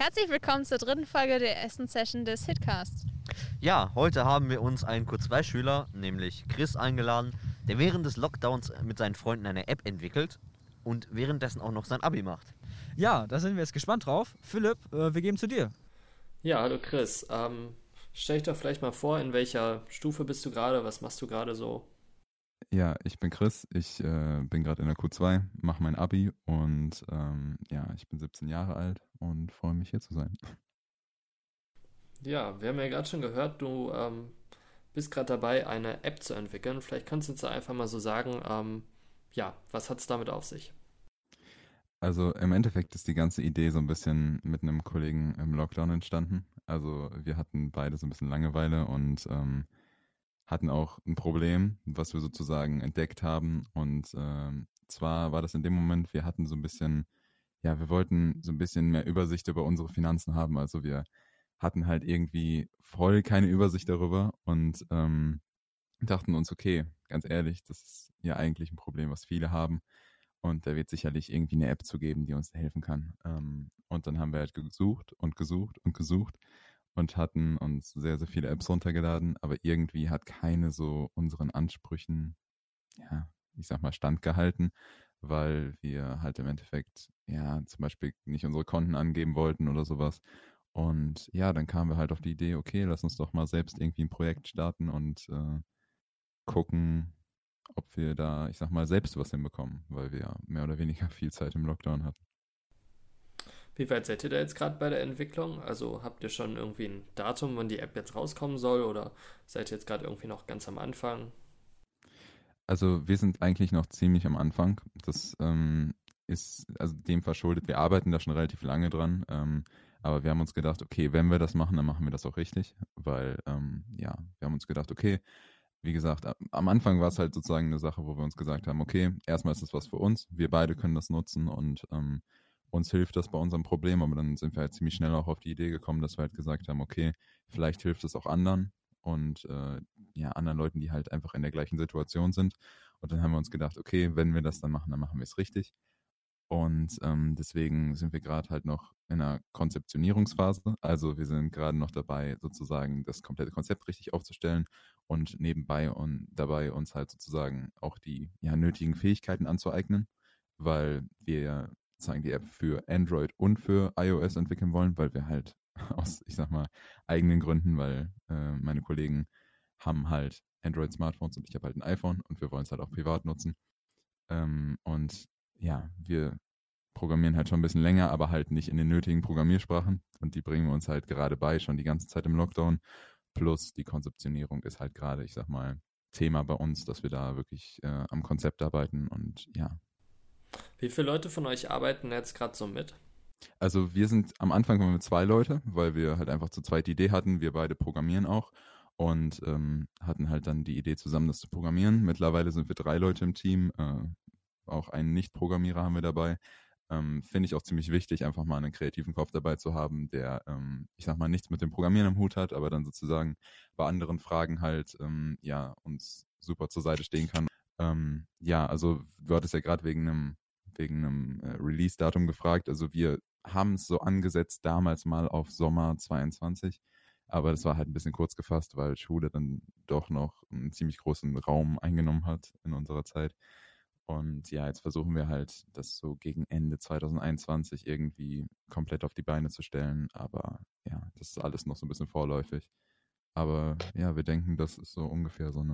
Herzlich willkommen zur dritten Folge der ersten Session des Hitcast. Ja, heute haben wir uns einen Q2-Schüler, nämlich Chris, eingeladen, der während des Lockdowns mit seinen Freunden eine App entwickelt und währenddessen auch noch sein Abi macht. Ja, da sind wir jetzt gespannt drauf. Philipp, wir geben zu dir. Ja, hallo Chris. Stell dich doch vielleicht mal vor, in welcher Stufe bist du gerade? Was machst du gerade so? Ja, ich bin Chris, ich bin gerade in der Q2, mache mein Abi und ich bin 17 Jahre alt und freue mich hier zu sein. Ja, wir haben ja gerade schon gehört, du bist gerade dabei, eine App zu entwickeln. Vielleicht kannst du uns da einfach mal so sagen, was hat es damit auf sich? Also im Endeffekt ist die ganze Idee so ein bisschen mit einem Kollegen im Lockdown entstanden. Also wir hatten beide so ein bisschen Langeweile und hatten auch ein Problem, was wir sozusagen entdeckt haben. Und zwar war das in dem Moment, wir hatten so ein bisschen, wir wollten so ein bisschen mehr Übersicht über unsere Finanzen haben. Also wir hatten halt irgendwie voll keine Übersicht darüber und dachten uns, okay, ganz ehrlich, das ist ja eigentlich ein Problem, was viele haben. Und da wird sicherlich irgendwie eine App zu geben, die uns helfen kann. Und dann haben wir halt gesucht und gesucht und gesucht und hatten uns sehr, sehr viele Apps runtergeladen, aber irgendwie hat keine so unseren Ansprüchen, standgehalten, weil wir halt im Endeffekt, zum Beispiel nicht unsere Konten angeben wollten oder sowas. Und ja, dann kamen wir halt auf die Idee, okay, lass uns doch mal selbst irgendwie ein Projekt starten und gucken, ob wir da, selbst was hinbekommen, weil wir ja mehr oder weniger viel Zeit im Lockdown hatten. Wie weit seid ihr da jetzt gerade bei der Entwicklung? Also habt ihr schon irgendwie ein Datum, wann die App jetzt rauskommen soll, oder seid ihr jetzt gerade irgendwie noch ganz am Anfang? Also wir sind eigentlich noch ziemlich am Anfang. Das ist also dem verschuldet. Wir arbeiten da schon relativ lange dran, aber wir haben uns gedacht, okay, wenn wir das machen, dann machen wir das auch richtig, weil wir haben uns gedacht, okay, wie gesagt, am Anfang war es halt sozusagen eine Sache, wo wir uns gesagt haben, okay, erstmal ist es was für uns, wir beide können das nutzen und uns hilft das bei unserem Problem, aber dann sind wir halt ziemlich schnell auch auf die Idee gekommen, dass wir halt gesagt haben, okay, vielleicht hilft es auch anderen und anderen Leuten, die halt einfach in der gleichen Situation sind. Und dann haben wir uns gedacht, okay, wenn wir das dann machen wir es richtig. Und deswegen sind wir gerade halt noch in einer Konzeptionierungsphase. Also wir sind gerade noch dabei, sozusagen das komplette Konzept richtig aufzustellen und nebenbei und dabei uns halt sozusagen auch die nötigen Fähigkeiten anzueignen, weil wir sozusagen die App für Android und für iOS entwickeln wollen, weil wir halt aus, eigenen Gründen, weil meine Kollegen haben halt Android-Smartphones und ich habe halt ein iPhone und wir wollen es halt auch privat nutzen. Wir programmieren halt schon ein bisschen länger, aber halt nicht in den nötigen Programmiersprachen. Und die bringen wir uns halt gerade bei, schon die ganze Zeit im Lockdown. Plus die Konzeptionierung ist halt gerade, Thema bei uns, dass wir da wirklich am Konzept arbeiten und ja. Wie viele Leute von euch arbeiten jetzt gerade so mit? Also wir sind am Anfang waren wir 2 Leute, weil wir halt einfach zu zweit die Idee hatten. Wir beide programmieren auch und hatten halt dann die Idee zusammen, das zu programmieren. Mittlerweile sind wir 3 Leute im Team. Auch einen Nicht-Programmierer haben wir dabei. Finde ich auch ziemlich wichtig, einfach mal einen kreativen Kopf dabei zu haben, der, nichts mit dem Programmieren am Hut hat, aber dann sozusagen bei anderen Fragen halt, uns super zur Seite stehen kann. Also du hattest ja gerade wegen einem Release-Datum gefragt. Also wir haben es so angesetzt damals mal auf Sommer 22, aber das war halt ein bisschen kurz gefasst, weil Schule dann doch noch einen ziemlich großen Raum eingenommen hat in unserer Zeit. Und ja, jetzt versuchen wir halt, das so gegen Ende 2021 irgendwie komplett auf die Beine zu stellen. Aber ja, das ist alles noch so ein bisschen vorläufig. Aber ja, wir denken, das ist so ungefähr so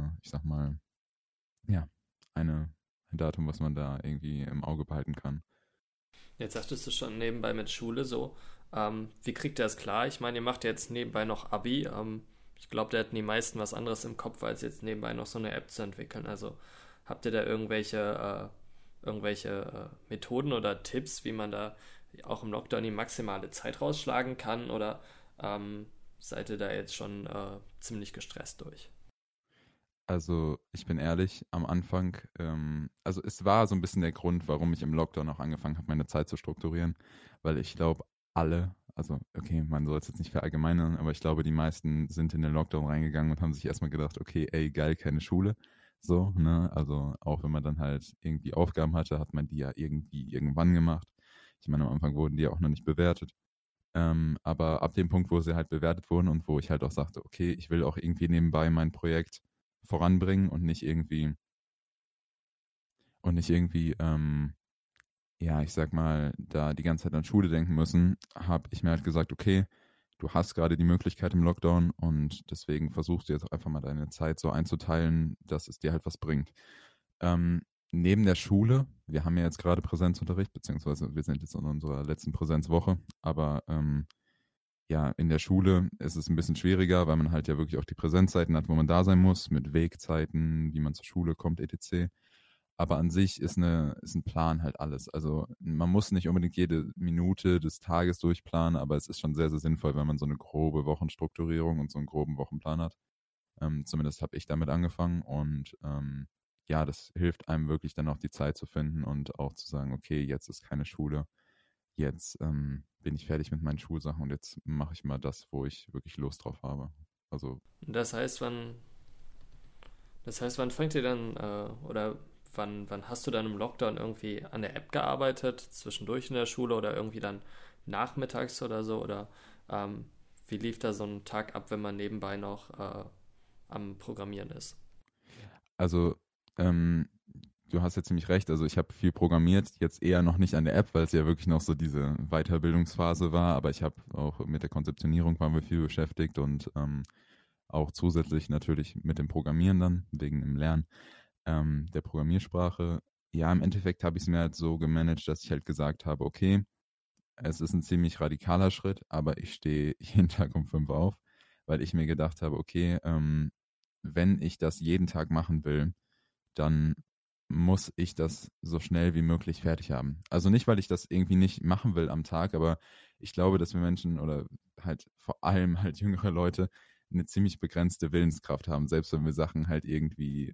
ein Datum, was man da irgendwie im Auge behalten kann. Jetzt sagtest du schon nebenbei mit Schule so. Wie kriegt ihr das klar? Ich meine, ihr macht ja jetzt nebenbei noch Abi. Ich glaube, da hätten die meisten was anderes im Kopf, als jetzt nebenbei noch so eine App zu entwickeln. Also habt ihr da irgendwelche Methoden oder Tipps, wie man da auch im Lockdown die maximale Zeit rausschlagen kann? Oder seid ihr da jetzt schon ziemlich gestresst durch? Also ich bin ehrlich, am Anfang, es war so ein bisschen der Grund, warum ich im Lockdown auch angefangen habe, meine Zeit zu strukturieren, weil ich glaube, alle, also okay, man soll es jetzt nicht verallgemeinern, aber ich glaube, die meisten sind in den Lockdown reingegangen und haben sich erstmal gedacht, okay, ey, geil, keine Schule, so, ne, also auch wenn man dann halt irgendwie Aufgaben hatte, hat man die ja irgendwie irgendwann gemacht. Ich meine, am Anfang wurden die ja auch noch nicht bewertet. Aber ab dem Punkt, wo sie halt bewertet wurden und wo ich halt auch sagte, okay, ich will auch irgendwie nebenbei mein Projekt voranbringen und nicht irgendwie, ja, ich sag mal, da die ganze Zeit an Schule denken müssen, habe ich mir halt gesagt, okay, du hast gerade die Möglichkeit im Lockdown und deswegen versuchst du jetzt auch einfach mal deine Zeit so einzuteilen, dass es dir halt was bringt. Neben der Schule, wir haben ja jetzt gerade Präsenzunterricht, beziehungsweise wir sind jetzt in unserer letzten Präsenzwoche, aber ja, in der Schule ist es ein bisschen schwieriger, weil man halt ja wirklich auch die Präsenzzeiten hat, wo man da sein muss, mit Wegzeiten, wie man zur Schule kommt, etc. Aber an sich ist ein Plan halt alles. Also man muss nicht unbedingt jede Minute des Tages durchplanen, aber es ist schon sehr, sehr sinnvoll, wenn man so eine grobe Wochenstrukturierung und so einen groben Wochenplan hat. Zumindest habe ich damit angefangen und ja, das hilft einem wirklich dann auch die Zeit zu finden und auch zu sagen, okay, jetzt ist keine Schule, jetzt bin ich fertig mit meinen Schulsachen und jetzt mache ich mal das, wo ich wirklich Lust drauf habe. Also Das heißt, wann fängt ihr dann, oder wann hast du dann im Lockdown irgendwie an der App gearbeitet, zwischendurch in der Schule oder irgendwie dann nachmittags oder so? Oder wie lief da so ein Tag ab, wenn man nebenbei noch am Programmieren ist? Also, du hast ja ziemlich recht. Also ich habe viel programmiert, jetzt eher noch nicht an der App, weil es ja wirklich noch so diese Weiterbildungsphase war. Aber ich habe auch mit der Konzeptionierung waren wir viel beschäftigt und auch zusätzlich natürlich mit dem Programmieren dann, wegen dem Lernen der Programmiersprache. Ja, im Endeffekt habe ich es mir halt so gemanagt, dass ich halt gesagt habe, okay, es ist ein ziemlich radikaler Schritt, aber ich stehe jeden Tag um 5 auf, weil ich mir gedacht habe, okay, wenn ich das jeden Tag machen will, dann muss ich das so schnell wie möglich fertig haben. Also nicht, weil ich das irgendwie nicht machen will am Tag, aber ich glaube, dass wir Menschen oder halt vor allem halt jüngere Leute eine ziemlich begrenzte Willenskraft haben, selbst wenn wir Sachen halt irgendwie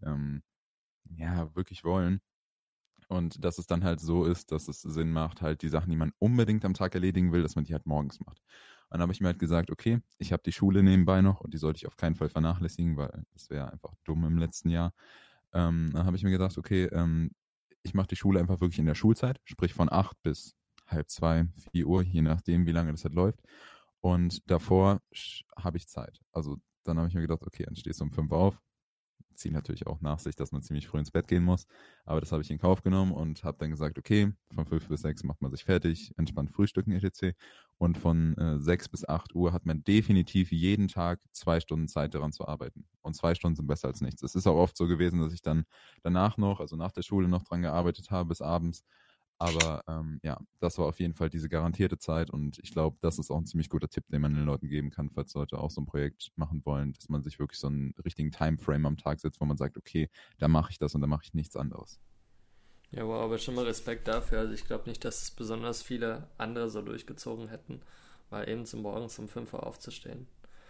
ja wirklich wollen. Und dass es dann halt so ist, dass es Sinn macht, halt die Sachen, die man unbedingt am Tag erledigen will, dass man die halt morgens macht. Und dann habe ich mir halt gesagt, okay, ich habe die Schule nebenbei noch und die sollte ich auf keinen Fall vernachlässigen, weil das wäre einfach dumm im letzten Jahr. Dann habe ich mir gedacht, okay, ich mache die Schule einfach wirklich in der Schulzeit, sprich von 8 bis halb 2, 4 Uhr, je nachdem, wie lange das halt läuft. Und davor habe ich Zeit. Also dann habe ich mir gedacht, okay, dann stehst du um 5 auf, zieht natürlich auch nach sich, dass man ziemlich früh ins Bett gehen muss. Aber das habe ich in Kauf genommen und habe dann gesagt, okay, von 5 bis 6 macht man sich fertig, entspannt frühstücken etc. Und von 6 bis 8 Uhr hat man definitiv jeden Tag 2 Stunden Zeit daran zu arbeiten. Und 2 Stunden sind besser als nichts. Es ist auch oft so gewesen, dass ich dann danach noch, also nach der Schule noch dran gearbeitet habe bis abends. Aber ja, das war auf jeden Fall diese garantierte Zeit und ich glaube, das ist auch ein ziemlich guter Tipp, den man den Leuten geben kann, falls Leute auch so ein Projekt machen wollen, dass man sich wirklich so einen richtigen Timeframe am Tag setzt, wo man sagt, okay, da mache ich das und da mache ich nichts anderes. Ja, wow, aber schon mal Respekt dafür. Also ich glaube nicht, dass es besonders viele andere so durchgezogen hätten, mal eben zum Morgens um 5 Uhr aufzustehen.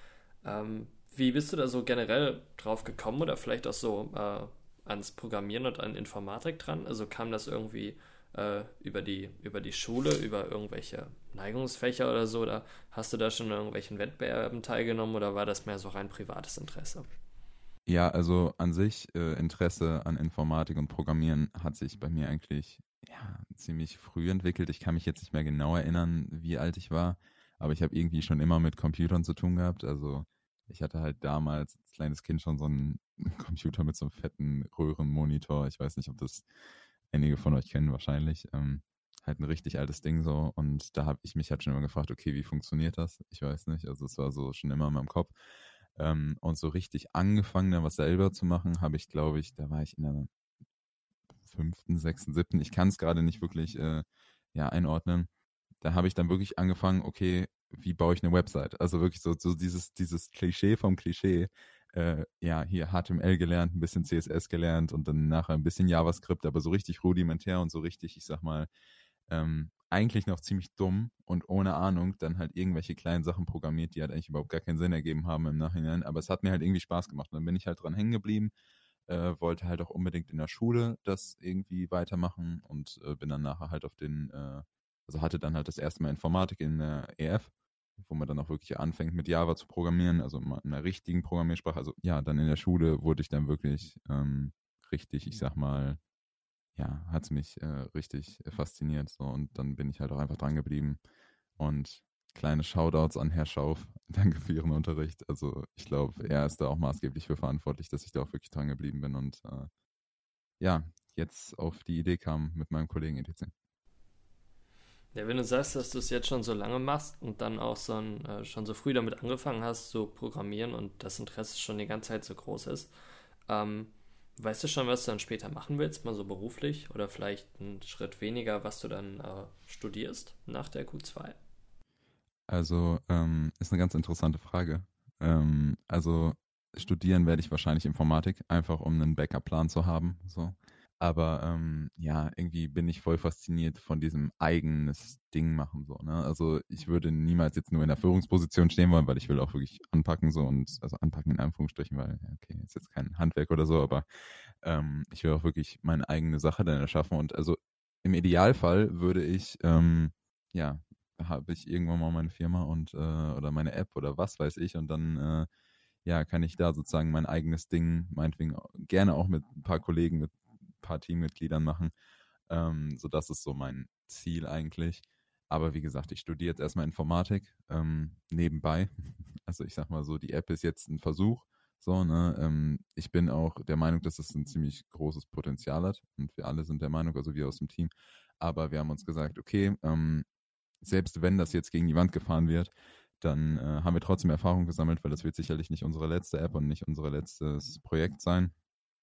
Wie bist du da so generell drauf gekommen oder vielleicht auch so ans Programmieren und an Informatik dran? Also kam das irgendwie über die Schule, über irgendwelche Neigungsfächer oder so? Oder hast du da schon in irgendwelchen Wettbewerben teilgenommen oder war das mehr so rein privates Interesse? Ja, also an sich Interesse an Informatik und Programmieren hat sich bei mir eigentlich ja, ziemlich früh entwickelt. Ich kann mich jetzt nicht mehr genau erinnern, wie alt ich war, aber ich habe irgendwie schon immer mit Computern zu tun gehabt. Also ich hatte halt damals als kleines Kind schon so einen Computer mit so einem fetten Röhrenmonitor. Ich weiß nicht, ob das einige von euch kennen wahrscheinlich. Halt ein richtig altes Ding so. Und da habe ich mich halt schon immer gefragt, okay, wie funktioniert das? Ich weiß nicht. Also es war so schon immer in meinem Kopf. Und so richtig angefangen, da was selber zu machen, habe ich, glaube ich, da war ich in der 5., 6., 7., ich kann es gerade nicht wirklich ja, einordnen. Da habe ich dann wirklich angefangen, okay, wie baue ich eine Website? Also wirklich so dieses Klischee vom Klischee. Ja, hier HTML gelernt, ein bisschen CSS gelernt und dann nachher ein bisschen JavaScript, aber so richtig rudimentär und so richtig, ich sag mal, eigentlich noch ziemlich dumm und ohne Ahnung dann halt irgendwelche kleinen Sachen programmiert, die halt eigentlich überhaupt gar keinen Sinn ergeben haben im Nachhinein. Aber es hat mir halt irgendwie Spaß gemacht. Und dann bin ich halt dran hängen geblieben, wollte halt auch unbedingt in der Schule das irgendwie weitermachen und bin dann nachher halt also hatte dann halt das erste Mal Informatik in der EF, wo man dann auch wirklich anfängt mit Java zu programmieren, also in einer richtigen Programmiersprache. Also ja, dann in der Schule wurde ich dann wirklich richtig, ich sag mal, ja, hat es mich richtig fasziniert. So, und dann bin ich halt auch einfach dran geblieben. Und kleine Shoutouts an Herr Schauf. Danke für Ihren Unterricht. Also ich glaube, er ist da auch maßgeblich für verantwortlich, dass ich da auch wirklich dran geblieben bin und ja, jetzt auf die Idee kam mit meinem Kollegen etc. Ja, wenn du sagst, dass du es jetzt schon so lange machst und dann auch schon so früh damit angefangen hast zu programmieren und das Interesse schon die ganze Zeit so groß ist, weißt du schon, was du dann später machen willst, mal so beruflich oder vielleicht einen Schritt weniger, was du dann studierst nach der Q2? Also ist eine ganz interessante Frage. Also studieren werde ich wahrscheinlich Informatik, einfach um einen Backup-Plan zu haben. So. Aber ja, irgendwie bin ich voll fasziniert von diesem eigenes Ding machen. So, ne? Also ich würde niemals jetzt nur in der Führungsposition stehen wollen, weil ich will auch wirklich anpacken so und also anpacken in Anführungsstrichen, weil okay, ist jetzt kein Handwerk oder so, aber ich will auch wirklich meine eigene Sache dann erschaffen. Und also im Idealfall würde ich ja, habe ich irgendwann mal meine Firma und oder meine App oder was weiß ich und dann ja, kann ich da sozusagen mein eigenes Ding, meinetwegen gerne auch mit ein paar Kollegen, mit ein paar Teammitgliedern machen. So das ist so mein Ziel eigentlich. Aber wie gesagt, ich studiere jetzt erstmal Informatik nebenbei. Also ich sag mal so, die App ist jetzt ein Versuch. So, ne? Ich bin auch der Meinung, dass es ein ziemlich großes Potenzial hat. Und wir alle sind der Meinung, also wir aus dem Team. Aber wir haben uns gesagt, okay, selbst wenn das jetzt gegen die Wand gefahren wird, dann haben wir trotzdem Erfahrung gesammelt, weil das wird sicherlich nicht unsere letzte App und nicht unser letztes Projekt sein.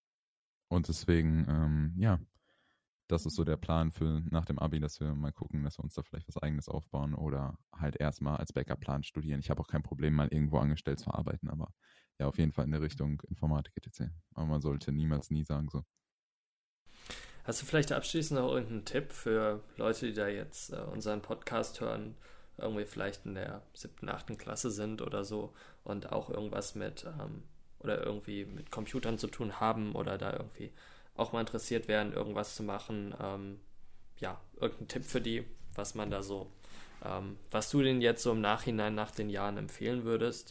Und deswegen, ja, das ist so der Plan für nach dem Abi, dass wir mal gucken, dass wir uns da vielleicht was Eigenes aufbauen oder halt erstmal als Backup-Plan studieren. Ich habe auch kein Problem, mal irgendwo angestellt zu arbeiten, aber ja, auf jeden Fall in der Richtung Informatik etc. Aber man sollte niemals nie sagen so. Hast du vielleicht abschließend noch irgendeinen Tipp für Leute, die da jetzt unseren Podcast hören, irgendwie vielleicht in der 7., 8. Klasse sind oder so und auch irgendwas oder irgendwie mit Computern zu tun haben oder da irgendwie auch mal interessiert wären, irgendwas zu machen? Ja, irgendein Tipp für die, was man da so, was du denen jetzt so im Nachhinein nach den Jahren empfehlen würdest,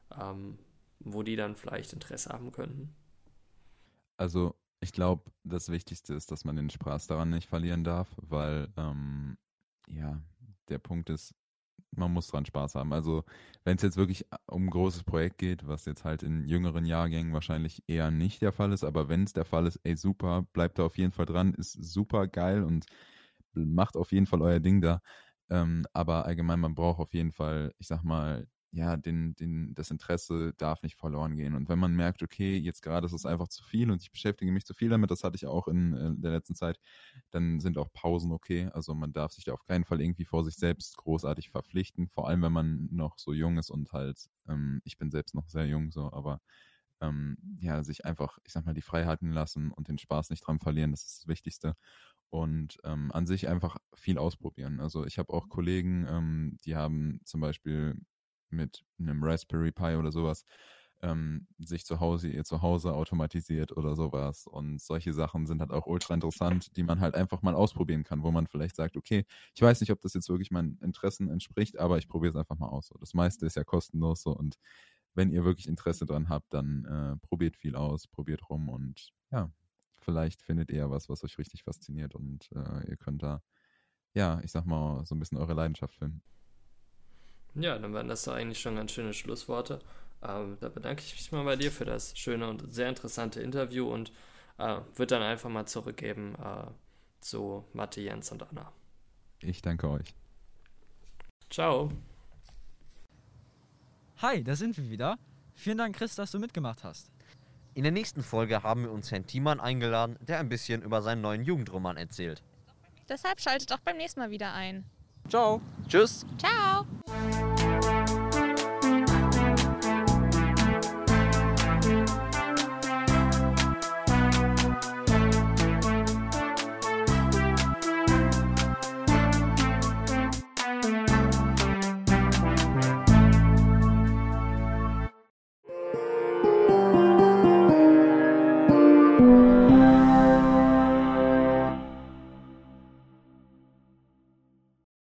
wo die dann vielleicht Interesse haben könnten? Also ich glaube, das Wichtigste ist, dass man den Spaß daran nicht verlieren darf, weil ja, der Punkt ist, man muss dran Spaß haben. Also wenn es jetzt wirklich um ein großes Projekt geht, was jetzt halt in jüngeren Jahrgängen wahrscheinlich eher nicht der Fall ist, aber wenn es der Fall ist, ey super, bleibt da auf jeden Fall dran, ist super geil und macht auf jeden Fall euer Ding da. Aber allgemein, man braucht auf jeden Fall, ich sag mal, ja, das Interesse darf nicht verloren gehen. Und wenn man merkt, okay, jetzt gerade ist es einfach zu viel und ich beschäftige mich zu viel damit, das hatte ich auch in der letzten Zeit, dann sind auch Pausen okay. Also man darf sich da auf keinen Fall irgendwie vor sich selbst großartig verpflichten, vor allem wenn man noch so jung ist und halt, ich bin selbst noch sehr jung so, aber ja, sich einfach, ich sag mal, die Freiheiten lassen und den Spaß nicht dran verlieren, das ist das Wichtigste. Und an sich einfach viel ausprobieren. Also ich habe auch Kollegen, die haben zum Beispiel mit einem Raspberry Pi oder sowas sich ihr Zuhause automatisiert oder sowas. Und solche Sachen sind halt auch ultra interessant, die man halt einfach mal ausprobieren kann, wo man vielleicht sagt, okay, ich weiß nicht, ob das jetzt wirklich meinen Interessen entspricht, aber ich probiere es einfach mal aus. So. Das meiste ist ja kostenlos so und wenn ihr wirklich Interesse dran habt, dann probiert viel aus, probiert rum und ja, vielleicht findet ihr was euch richtig fasziniert und ihr könnt da, ja, ich sag mal, so ein bisschen eure Leidenschaft finden. Ja, dann waren das doch eigentlich schon ganz schöne Schlussworte. Da bedanke ich mich mal bei dir für das schöne und sehr interessante Interview und würde dann einfach mal zurückgeben zu Mathe, Jens und Anna. Ich danke euch. Ciao. Hi, da sind wir wieder. Vielen Dank, Chris, dass du mitgemacht hast. In der nächsten Folge haben wir uns Herrn Thiemann eingeladen, der ein bisschen über seinen neuen Jugendroman erzählt. Deshalb schaltet auch beim nächsten Mal wieder ein. Ciao. Tschüss! Ciao!